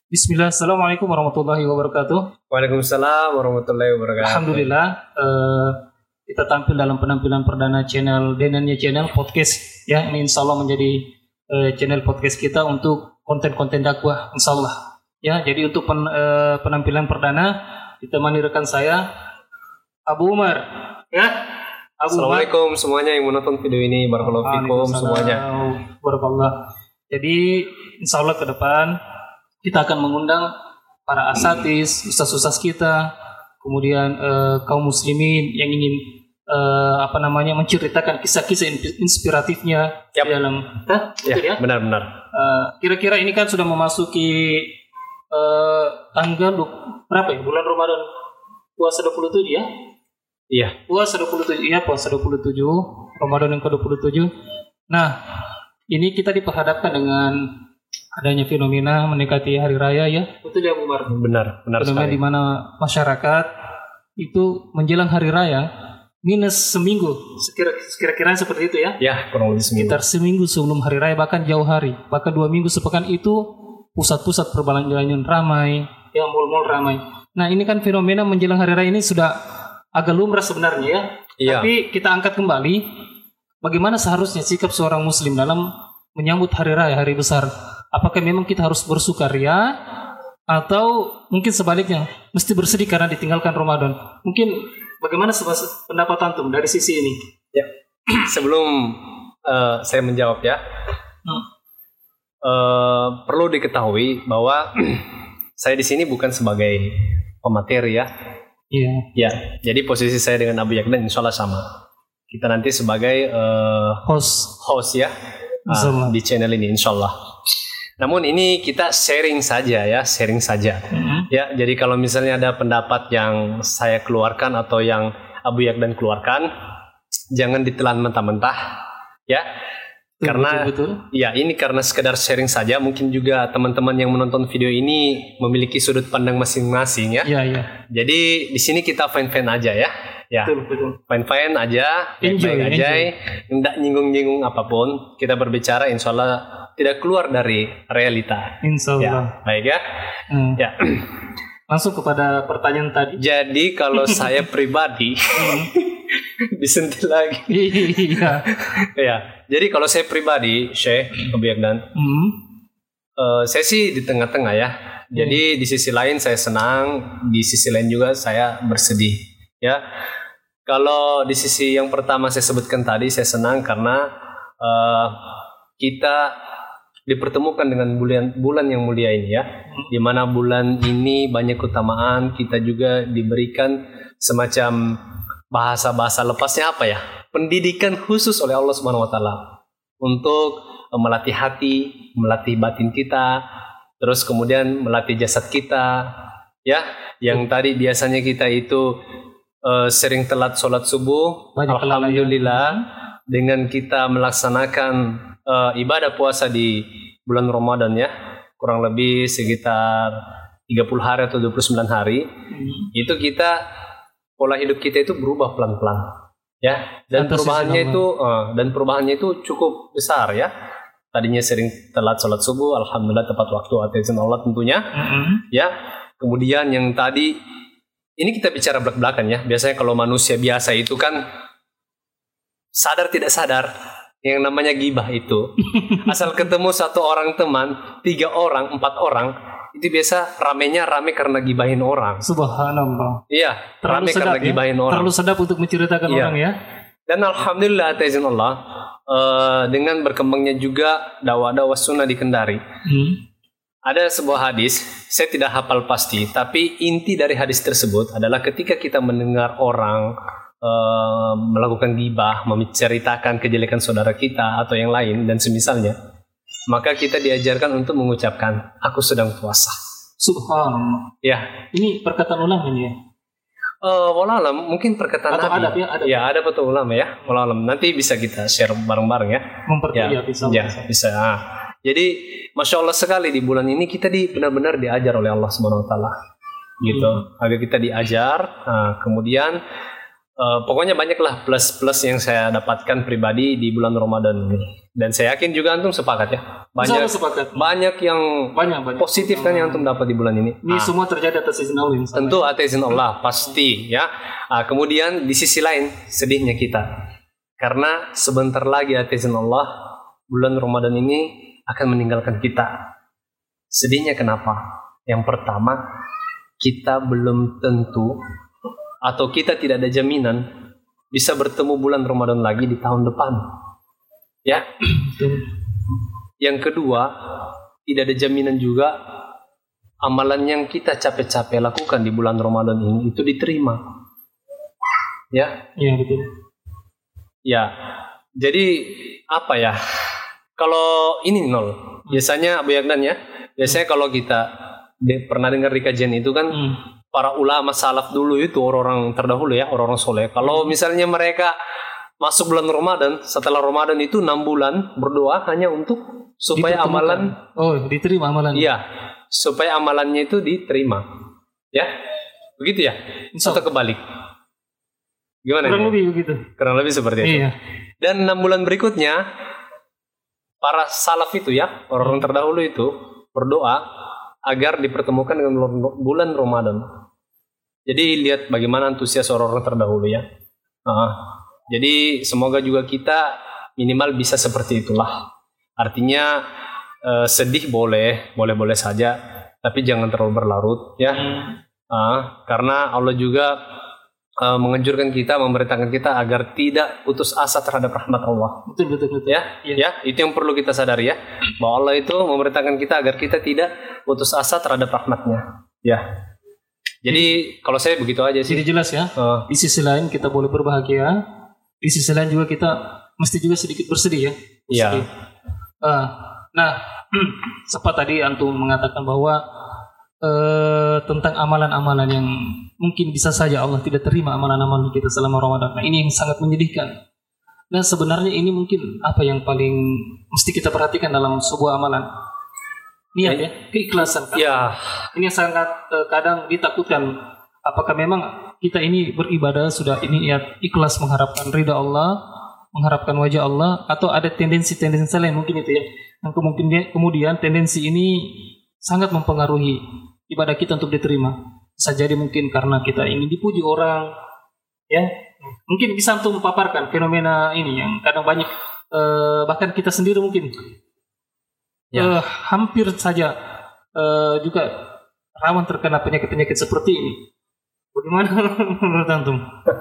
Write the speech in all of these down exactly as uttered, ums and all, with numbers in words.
Bismillah, Assalamualaikum warahmatullahi wabarakatuh. Waalaikumsalam warahmatullahi wabarakatuh. Alhamdulillah, uh, kita tampil dalam penampilan perdana channel Denanya Channel Podcast. Ya, ini insya Allah menjadi uh, channel podcast kita untuk konten-konten dakwah, insya Allah. Ya, jadi untuk pen, uh, penampilan perdana ditemani rekan saya Abu Umar. Ya, Abu Assalamualaikum Umar. Semuanya yang menonton video ini, barakallahu fikum semuanya. Barakallah. Jadi insya Allah ke depan kita akan mengundang para asatis, ustaz-ustaz kita, kemudian uh, kaum muslimin yang ingin uh, apa namanya menceritakan kisah-kisah inspiratifnya yep. di dalam, Hah? Ya, ya? benar-benar. Uh, kira-kira ini kan sudah memasuki uh, tanggal berapa ya? Bulan Ramadan puasa dua puluh tujuh ya? Iya. Puasa dua puluh tujuh ya, puasa dua puluh tujuh, Ramadan yang ke dua puluh tujuh. Nah, ini kita diperhadapkan dengan adanya fenomena mendekati hari raya ya, betul ya Bu Umar? Benar, benar fenomena sekali. di mana masyarakat itu menjelang hari raya minus seminggu, sekira-kira seperti itu ya? Ya, kurang lebih seminggu. Sekitar seminggu sebelum hari raya, bahkan jauh hari, bahkan dua minggu sepekan itu pusat-pusat perbelanjaan ramai, ya mal-mal ramai. Nah ini kan fenomena menjelang hari raya ini sudah agak lumrah sebenarnya ya. Iya. Tapi kita angkat kembali, bagaimana seharusnya sikap seorang Muslim dalam menyambut hari raya, hari besar? Apakah memang kita harus bersukaria atau mungkin sebaliknya mesti bersedih karena ditinggalkan Ramadan? Mungkin bagaimana pendapat antum dari sisi ini? Ya, sebelum uh, saya menjawab ya, hmm. uh, perlu diketahui bahwa saya di sini bukan sebagai pemateri ya. Iya. Ya, jadi posisi saya dengan Abu Yakdan insya Allah sama. Kita nanti sebagai uh, host, host ya uh, di channel ini insya Allah. Namun ini kita sharing saja ya, sharing saja. Mm-hmm. Ya, jadi kalau misalnya ada pendapat yang saya keluarkan atau yang Abu Yakdan keluarkan, jangan ditelan mentah-mentah, ya. Betul, karena betul, betul. Ya ini karena sekedar sharing saja. Mungkin juga teman-teman yang menonton video ini memiliki sudut pandang masing-masing ya. Iya, iya. Jadi di sini kita fine-fine aja ya. Ya, betul, betul. Fine-fine aja, enjoy, baik aja, tidak nyinggung-nyinggung apapun. Kita berbicara, insya Allah tidak keluar dari realita. Insya Allah. Ya, baik ya. Hmm. Ya. Langsung kepada pertanyaan tadi. Jadi kalau saya pribadi disentil lagi. Iya. Ya. Jadi kalau saya pribadi, Syekh Abu Yakdan, hmm. uh, saya sih di tengah-tengah ya. Jadi hmm. di sisi lain saya senang, di sisi lain juga saya bersedih. Ya. Kalau di sisi yang pertama saya sebutkan tadi, saya senang karena uh, kita dipertemukan dengan bulan bulan yang mulia ini ya, di mana bulan ini banyak keutamaan. Kita juga diberikan semacam bahasa-bahasa lepasnya apa ya, pendidikan khusus oleh Allah Subhanahu Wa Taala untuk melatih hati, melatih batin kita, terus kemudian melatih jasad kita, ya, yang tadi biasanya kita itu uh, sering telat sholat subuh, banyak alhamdulillah dengan kita melaksanakan Uh, ibadah puasa di bulan Ramadan ya, kurang lebih sekitar tiga puluh hari atau dua puluh sembilan hari, hmm. itu kita pola hidup kita itu berubah pelan-pelan ya, dan Atas perubahannya itu uh, dan perubahannya itu cukup besar ya. Tadinya sering telat sholat subuh, alhamdulillah tepat waktu atas izin Allah tentunya, hmm. ya. Kemudian yang tadi ini kita bicara belak-belakan ya, biasanya kalau manusia biasa itu kan sadar tidak sadar yang namanya gibah itu, asal ketemu satu orang teman, tiga orang, empat orang, itu biasa ramenya rame karena gibahin orang. Subhanallah. Iya, rame karena ya? gibahin orang. Terlalu sedap untuk menceritakan iya. orang ya. Dan alhamdulillah atas izin Allah, uh, dengan berkembangnya juga dakwah-dakwah sunnah di Kendari. Hmm. Ada sebuah hadis, saya tidak hafal pasti, tapi inti dari hadis tersebut adalah ketika kita mendengar orang Uh, melakukan gibah, menceritakan kejelekan saudara kita atau yang lain dan semisalnya, maka kita diajarkan untuk mengucapkan aku sedang puasa. Subhanallah. Ya. Ini perkataan ulama ini ya? Uh, Wallahualam, mungkin perkataan atau adab ya? Adab. Ya, ada betul ulama ya. Wallahualam. Nanti bisa kita share bareng-bareng ya. Memperkuat ya, bisa. Ya, bisa. bisa. Nah, jadi masya Allah sekali di bulan ini kita di benar-benar diajar oleh Allah Subhanahu Wa Taala. Gitu. Hmm. Agar kita diajar. Nah, kemudian Uh, pokoknya banyaklah plus-plus yang saya dapatkan pribadi di bulan Ramadan ini. Dan saya yakin juga antum sepakat ya. Banyak sepakat. banyak yang banyak, banyak. positif kan yang antum dapat di bulan ini. Ini Ah. semua terjadi atas izin Allah. Tentu atas izin Allah, pasti ya. Ah, kemudian di sisi lain sedihnya kita. Karena sebentar lagi atas izin Allah bulan Ramadan ini akan meninggalkan kita. Sedihnya kenapa? Yang pertama, kita belum tentu atau kita tidak ada jaminan bisa bertemu bulan Ramadan lagi di tahun depan. Ya. Yang kedua, tidak ada jaminan juga amalan yang kita capek-capek lakukan di bulan Ramadan ini itu diterima. Ya. Iya, betul. Ya. Jadi apa ya? Kalau ini nol, biasanya Abu Yagdan ya, biasanya kalau kita de, pernah dengar di kajian itu kan hmm. para ulama salaf dulu itu orang-orang terdahulu ya, orang-orang soleh. Kalau misalnya mereka masuk bulan Ramadan, setelah Ramadan itu enam bulan berdoa hanya untuk supaya amalan oh diterima amalan. Iya, supaya amalannya itu diterima. Ya, begitu ya? So, atau kebalik? Gimana? Kurang lebih begitu. Kurang lebih seperti itu. Iya. Dan enam bulan berikutnya para salaf itu ya, orang-orang terdahulu itu berdoa agar dipertemukan dengan bulan Ramadan. Jadi lihat bagaimana antusias orang-orang terdahulu ya. Uh, Jadi semoga juga kita minimal bisa seperti itulah. Artinya eh, sedih boleh, boleh-boleh saja, tapi jangan terlalu berlarut ya. Hmm. Uh, karena Allah juga uh, mengajurkan kita, memerintahkan kita agar tidak putus asa terhadap rahmat Allah. Betul betul betul. Ya, ya, ya itu yang perlu kita sadari ya, bahwa Allah itu memerintahkan kita agar kita tidak putus asa terhadap rahmatnya. Ya. Jadi kalau saya begitu aja sih. Jadi jelas ya. Uh, di sisi lain kita boleh berbahagia. Di sisi lain juga kita mesti juga sedikit bersedih ya. Iya. Uh, nah, sempat tadi antum mengatakan bahwa uh, tentang amalan-amalan yang mungkin bisa saja Allah tidak terima amalan-amalan kita selama Ramadan. Nah, ini yang sangat menyedihkan. Nah, sebenarnya ini mungkin apa yang paling mesti kita perhatikan dalam sebuah amalan? Niat ya, keikhlasan. Kan? Ya. Ini yang sangat uh, kadang ditakutkan. Apakah memang kita ini beribadah sudah ini niat ikhlas mengharapkan ridha Allah, mengharapkan wajah Allah, atau ada tendensi-tendensi lain mungkin itu ya. Dan kemudian kemudian tendensi ini sangat mempengaruhi ibadah kita untuk diterima. Bisa jadi mungkin karena kita ingin dipuji orang, ya. Mungkin bisa untuk memaparkan fenomena ini yang kadang banyak eh, bahkan kita sendiri mungkin ya. eh, hampir saja eh, juga rawan terkena penyakit-penyakit seperti ini. Bagaimana menurut antum?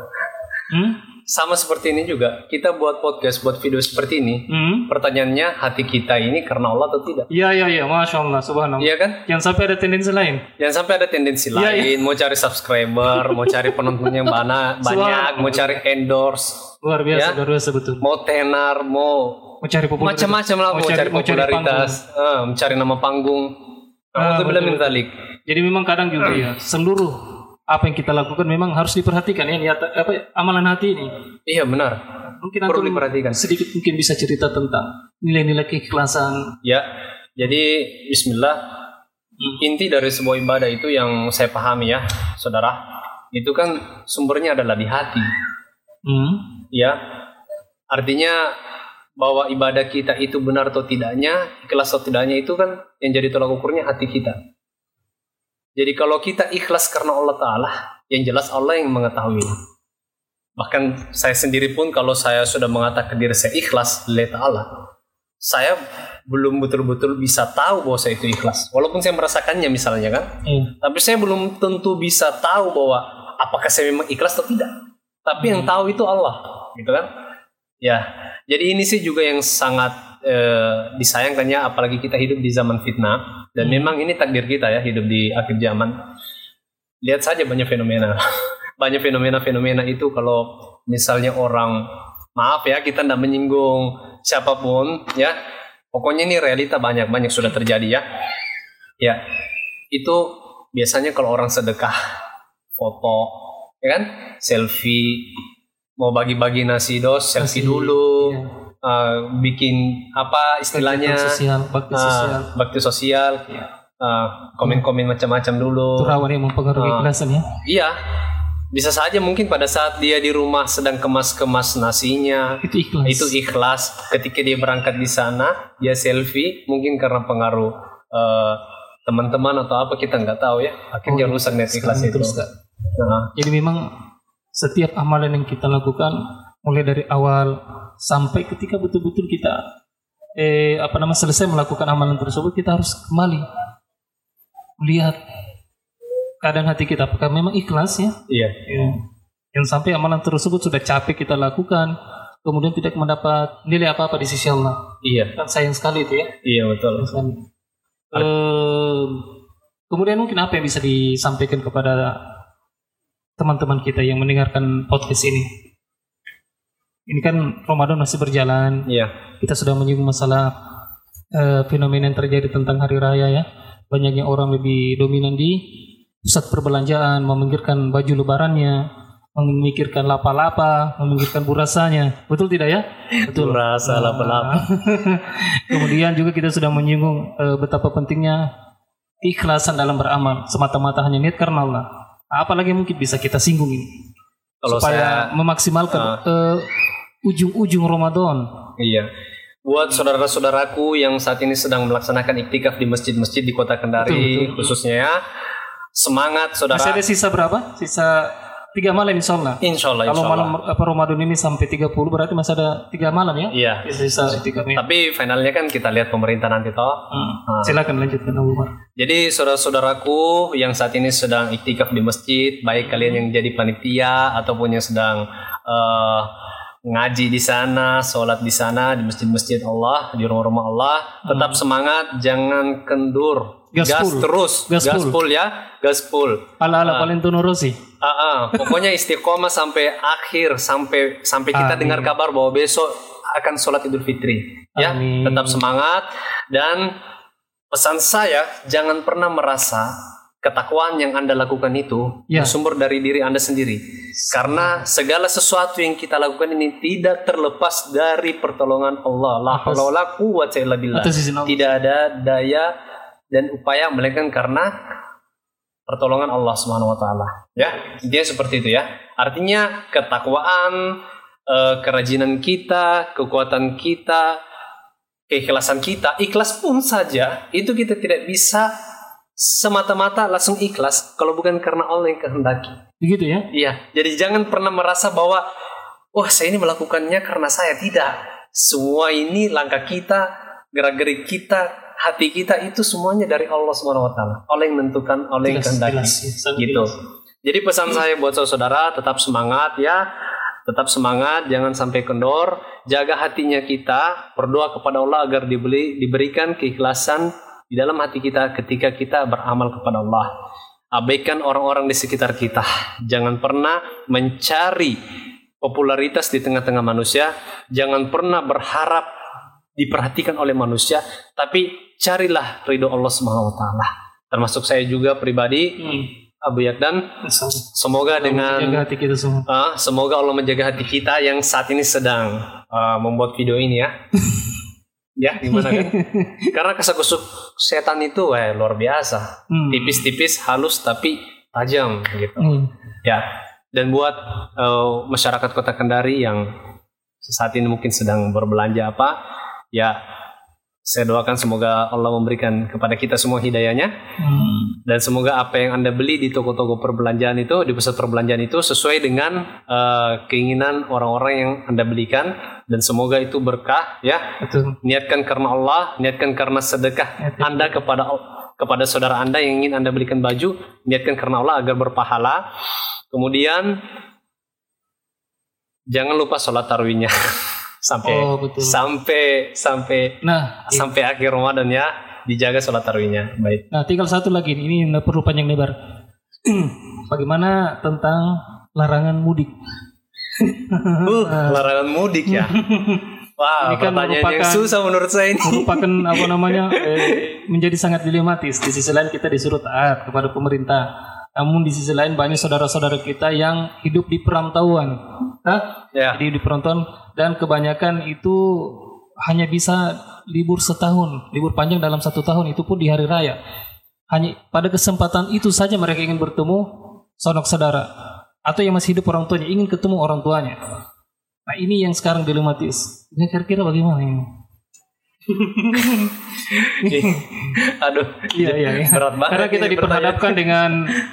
Hmm? Sama seperti ini juga. Kita buat podcast, buat video seperti ini. Hmm? Pertanyaannya, hati kita ini karena Allah atau tidak? Iya, iya, iya. Masya Allah, subhanallah. Iya kan? Jangan sampai ada tendensi lain. Jangan sampai ada tendensi ya, lain. Ya. Mau cari subscriber, mau cari penonton yang banyak, banyak mau cari endorse. Luar biasa, ya? luar biasa betul. Mau tenar, mau, mau cari popularitas. Macam-macam lah, mau, mau cari, cari popularitas, uh, mencari nama panggung. Ah, betul betul mentalik. Jadi memang kadang juga ya, seluruh apa yang kita lakukan memang harus diperhatikan ya, niat apa amalan hati ini. Iya benar. Mungkin perlu diperhatikan. Sedikit mungkin bisa cerita tentang nilai-nilai keikhlasan. Ya. Jadi bismillah. Hmm. Inti dari sebuah ibadah itu yang saya pahami ya, saudara, itu kan sumbernya adalah di hati. Hmm. Ya. Artinya bahwa ibadah kita itu benar atau tidaknya, ikhlas atau tidaknya itu kan yang jadi tolak ukurnya hati kita. Jadi kalau kita ikhlas karena Allah Ta'ala, yang jelas Allah yang mengetahui. Bahkan saya sendiri pun kalau saya sudah mengatakan diri saya ikhlas lillahi Ta'ala, saya belum betul-betul bisa tahu bahwa saya itu ikhlas. Walaupun saya merasakannya misalnya kan, hmm. tapi saya belum tentu bisa tahu bahwa apakah saya memang ikhlas atau tidak. Tapi hmm. yang tahu itu Allah, gitu kan? Ya, jadi ini sih juga yang sangat Eh, disayangkannya, apalagi kita hidup di zaman fitnah dan hmm. memang ini takdir kita ya, hidup di akhir zaman. Lihat saja banyak fenomena banyak fenomena-fenomena itu. Kalau misalnya orang, maaf ya kita tidak menyinggung siapapun ya, pokoknya ini realita banyak-banyak sudah terjadi ya. Ya, itu biasanya kalau orang sedekah foto ya kan, selfie, mau bagi-bagi nasi dos selfie Masih, dulu ya. Uh, bikin apa istilahnya bakti sosial, bakti sosial, uh, bakti sosial, uh, komen-komen macam-macam dulu. Itu rawan yang mempengaruhi uh, ikhlasan ya. Iya, Bisa saja mungkin pada saat dia di rumah sedang kemas-kemas nasinya, itu ikhlas. Itu ikhlas. Ketika dia berangkat di sana, dia selfie, mungkin karena pengaruh uh, teman-teman atau apa, kita nggak tahu ya. Akhirnya oh, rusak niat ikhlas itu. Nah. Jadi memang setiap amalan yang kita lakukan, mulai dari awal sampai ketika betul-betul kita eh apa namanya selesai melakukan amalan tersebut, kita harus kembali melihat keadaan hati kita, apakah memang ikhlas ya? Iya. Ya. Yang sampai amalan tersebut sudah capek kita lakukan, kemudian tidak mendapat nilai apa-apa di sisi Allah. Iya. Kan sayang sekali itu ya. Iya betul. Uh, kemudian mungkin apa yang bisa disampaikan kepada teman-teman kita yang mendengarkan podcast ini? Ini kan Ramadan masih berjalan. Iya. Kita sudah menyinggung masalah uh, fenomena yang terjadi tentang hari raya ya. Banyaknya orang lebih dominan di pusat perbelanjaan, memikirkan baju lebarannya, memikirkan lapa-lapa, memikirkan burasanya. Betul tidak ya? Betul. Burasa, lapa-lapa. Kemudian juga kita sudah menyinggung e, betapa pentingnya keikhlasan dalam beramal, semata-mata hanya niat karena Allah. Apalagi mungkin bisa kita singgung ini. Kalau supaya saya, memaksimalkan uh, e, ujung-ujung Ramadan. Iya. Buat saudara-saudaraku yang saat ini sedang melaksanakan iktikaf di masjid-masjid di Kota Kendari, betul, betul, khususnya ya. Semangat saudara. Masih ada sisa berapa? Sisa tiga malam insya Allah. Insya Allah. Kalau malam apa Ramadan ini sampai tiga puluh berarti masih ada tiga malam ya? Iya. Sisa tiga malam. Tapi finalnya kan kita lihat pemerintah nanti toh. Hmm. Nah. Silakan lanjutkan Abu Umar. Jadi saudara-saudaraku yang saat ini sedang iktikaf di masjid, baik kalian yang jadi panitia ataupun yang sedang uh, ngaji di sana, sholat di sana di masjid-masjid Allah, di rumah-rumah Allah, tetap hmm. semangat, jangan kendur. Gas, gas terus, gas, gas full ya, gas full. Ala-ala uh, Valentino Rossi. Uh, uh, pokoknya istiqomah sampai akhir, sampai sampai kita Amin. dengar kabar bahwa besok akan sholat Idul Fitri. Ya, Amin. Tetap semangat dan pesan saya jangan pernah merasa ketakwaan yang Anda lakukan itu ya. bersumber dari diri Anda sendiri. Karena segala sesuatu yang kita lakukan ini tidak terlepas dari pertolongan Allah. La haula wala quwwata illa billah. Tidak ada daya dan upaya melainkan karena pertolongan Allah Subhanahu wa taala. Ya, intinya seperti itu ya. Artinya ketakwaan, eh, kerajinan kita, kekuatan kita, keikhlasan kita, ikhlas pun saja itu kita tidak bisa semata-mata langsung ikhlas kalau bukan karena Allah yang kehendaki. Begitu ya? Iya. Jadi jangan pernah merasa bahwa wah, saya ini melakukannya karena saya. Tidak. Semua ini langkah kita, gerak-gerik kita, hati kita itu semuanya dari Allah Subhanahu wa taala. Allah yang menentukan, Allah yang kehendaki. Gitu. Jadi pesan hmm. saya buat saudara, tetap semangat ya. Tetap semangat, jangan sampai kendor. Jaga hatinya kita, berdoa kepada Allah agar diberi, diberikan keikhlasan di dalam hati kita ketika kita beramal kepada Allah. Abaikan orang-orang di sekitar kita. Jangan pernah mencari popularitas di tengah-tengah manusia. Jangan pernah berharap diperhatikan oleh manusia, tapi carilah ridho Allah Subhanahu wa taala. Termasuk saya juga pribadi, hmm. Abu Yakdan. Semoga Allah dengan hati kita semua. Uh, semoga Allah menjaga hati kita yang saat ini sedang uh, membuat video ini ya. Ya, gimana kan? Karena kesakusuk setan itu wah, luar biasa. Hmm. Tipis-tipis, halus tapi tajam gitu. Hmm. Ya. Dan buat uh, masyarakat Kota Kendari yang saat ini mungkin sedang berbelanja apa, ya saya doakan semoga Allah memberikan kepada kita semua hidayahnya. Hmm. Dan semoga apa yang Anda beli di toko-toko perbelanjaan itu, di pusat perbelanjaan itu sesuai dengan uh, keinginan orang-orang yang Anda belikan. Dan semoga itu berkah ya. Betul. Niatkan karena Allah, niatkan karena sedekah Betul. Anda kepada kepada saudara Anda yang ingin Anda belikan baju, niatkan karena Allah agar berpahala. Kemudian jangan lupa sholat tarawihnya. sampai oh, sampai sampai nah sampai iya. akhir Ramadan ya, dijaga sholat tarawihnya. Baik. Nah, tinggal satu lagi, ini nggak perlu panjang lebar. Bagaimana tentang larangan mudik? uh, larangan mudik ya. Wah, ini kan pertanyaan yang susah menurut saya ini. Merupakan apa namanya eh, menjadi sangat dilematis. Di sisi lain kita disuruh taat kepada pemerintah. Namun di sisi lain banyak saudara-saudara kita yang hidup di perantauan, Hah? Ya. Jadi di perantauan dan kebanyakan itu hanya bisa libur setahun, libur panjang dalam satu tahun, itu pun di hari raya. Hanya pada kesempatan itu saja mereka ingin bertemu sanak saudara. atau yang masih hidup orang tuanya ingin ketemu orang tuanya. Nah ini yang sekarang dilematis. Ini kira-kira bagaimana ini? Aduh, iya, iya, iya. berat banget. Karena kita diperhadapkan dengan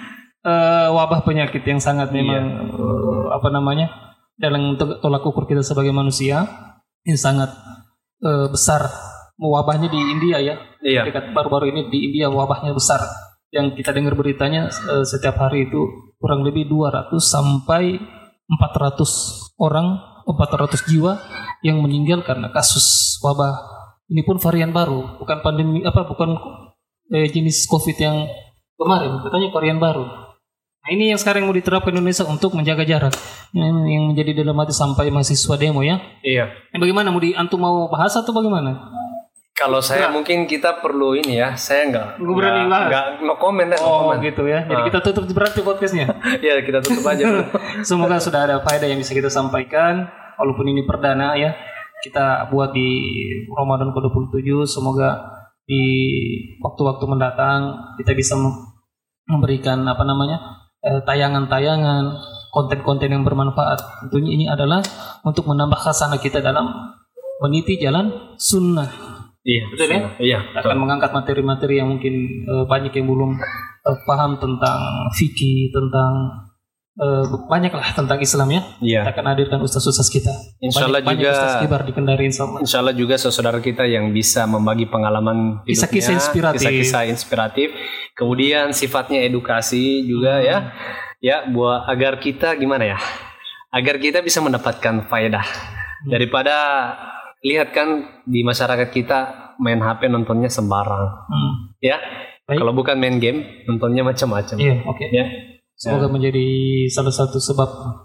uh, wabah penyakit yang sangat memang iya. uh, apa namanya dalam tolak ukur kita sebagai manusia yang sangat uh, besar. Wabahnya di India ya, iya. dekat baru-baru ini di India wabahnya besar. Yang kita dengar beritanya uh, setiap hari itu kurang lebih dua ratus sampai empat ratus orang, empat ratus jiwa yang meninggal karena kasus wabah. Ini pun varian baru, bukan pandemi apa bukan eh, jenis Covid yang kemarin, katanya varian baru. Nah, ini yang sekarang mau diterapkan Indonesia untuk menjaga jarak. Ini yang menjadi dilematis sampai mahasiswa demo ya. Iya. Eh, bagaimana mau di antum mau bahas atau bagaimana? Kalau saya nah. mungkin kita perlu ini ya, saya enggak berani enggak, enggak no comment ya, oh, no comment. Gitu ya. Jadi nah. kita tutup berarti podcastnya. Iya, kita tutup aja. Semoga sudah ada faedah yang bisa kita sampaikan walaupun ini perdana ya. Kita buat di Ramadan ke dua puluh tujuh, semoga di waktu-waktu mendatang kita bisa memberikan apa namanya eh, tayangan-tayangan, konten-konten yang bermanfaat. Tentunya ini adalah untuk menambah khasanah kita dalam meniti jalan sunnah. Iya, betul ya? Iya. Akan mengangkat materi-materi yang mungkin uh, banyak yang belum uh, paham tentang fikih, tentang uh, banyak lah tentang Islam ya. Iya. Kita akan hadirkan ustaz-ustaz kita. Insya Allah banyak, juga. Banyak ustaz kibar di Kendari insya Allah. Insya Allah juga saudara kita yang bisa membagi pengalaman hidupnya, kisah-kisah inspiratif. Kisah-kisah inspiratif. Kemudian sifatnya edukasi juga hmm. ya. Ya, buat agar kita gimana ya? Agar kita bisa mendapatkan faedah hmm. daripada lihat kan di masyarakat kita main H P nontonnya sembarang, hmm. ya. Baik. Kalau bukan main game nontonnya macam-macam. Iya, oke. Okay. Ya. Semoga ya. menjadi salah satu sebab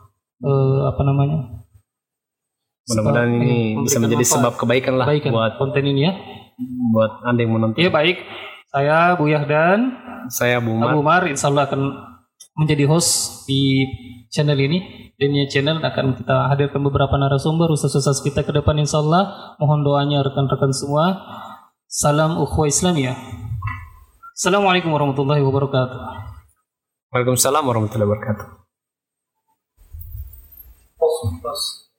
uh, apa namanya? Mudah-mudahan sebab, ini eh, bisa menjadi sebab kebaikan lah kebaikan. buat konten ini ya. Buat Anda yang menonton. Iya baik. Saya Buyah dan saya Abu Umar. Abu Umar insya Allah akan menjadi host di channel ini. Denia Channel akan kita hadirkan beberapa narasumber ustaz-ustaz kita ke depan insyaallah. Mohon doanya rekan-rekan semua. Salam ukhuwah Islamiyah. Assalamualaikum warahmatullahi wabarakatuh. Waalaikumsalam warahmatullahi wabarakatuh. Pos, pos.